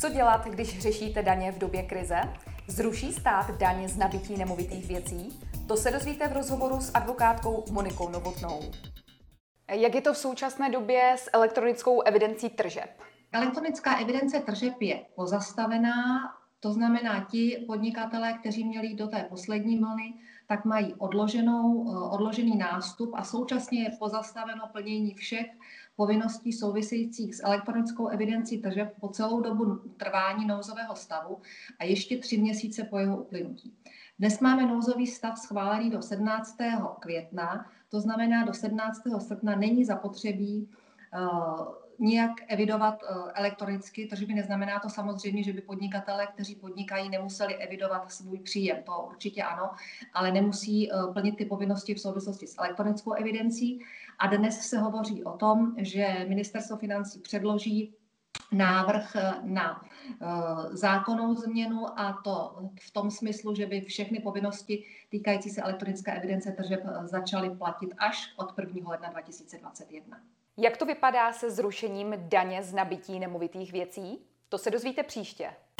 Co dělat, když řešíte daně v době krize? Zruší stát daň z nabytí nemovitých věcí? To se dozvíte v rozhovoru s advokátkou Monikou Novotnou. Jak je to v současné době s elektronickou evidencí tržeb? Elektronická evidence tržeb je pozastavená, to znamená ti podnikatelé, kteří měli jít do té poslední vlny, tak mají odložený nástup a současně je pozastaveno plnění všech povinností souvisejících s elektronickou evidencí tržeb po celou dobu trvání nouzového stavu a ještě 3 měsíce po jeho uplynutí. Dnes máme nouzový stav schválený do 17. května, to znamená do 17. srpna není zapotřebí nijak evidovat elektronicky, tržby. Neznamená to samozřejmě, že by podnikatelé, kteří podnikají, nemuseli evidovat svůj příjem. To určitě ano, ale nemusí plnit ty povinnosti v souvislosti s elektronickou evidencí. A dnes se hovoří o tom, že Ministerstvo financí předloží návrh na zákonnou změnu, a to v tom smyslu, že by všechny povinnosti týkající se elektronické evidence tržeb začaly platit až od 1. ledna 2021. Jak to vypadá se zrušením daně z nabytí nemovitých věcí? To se dozvíte příště.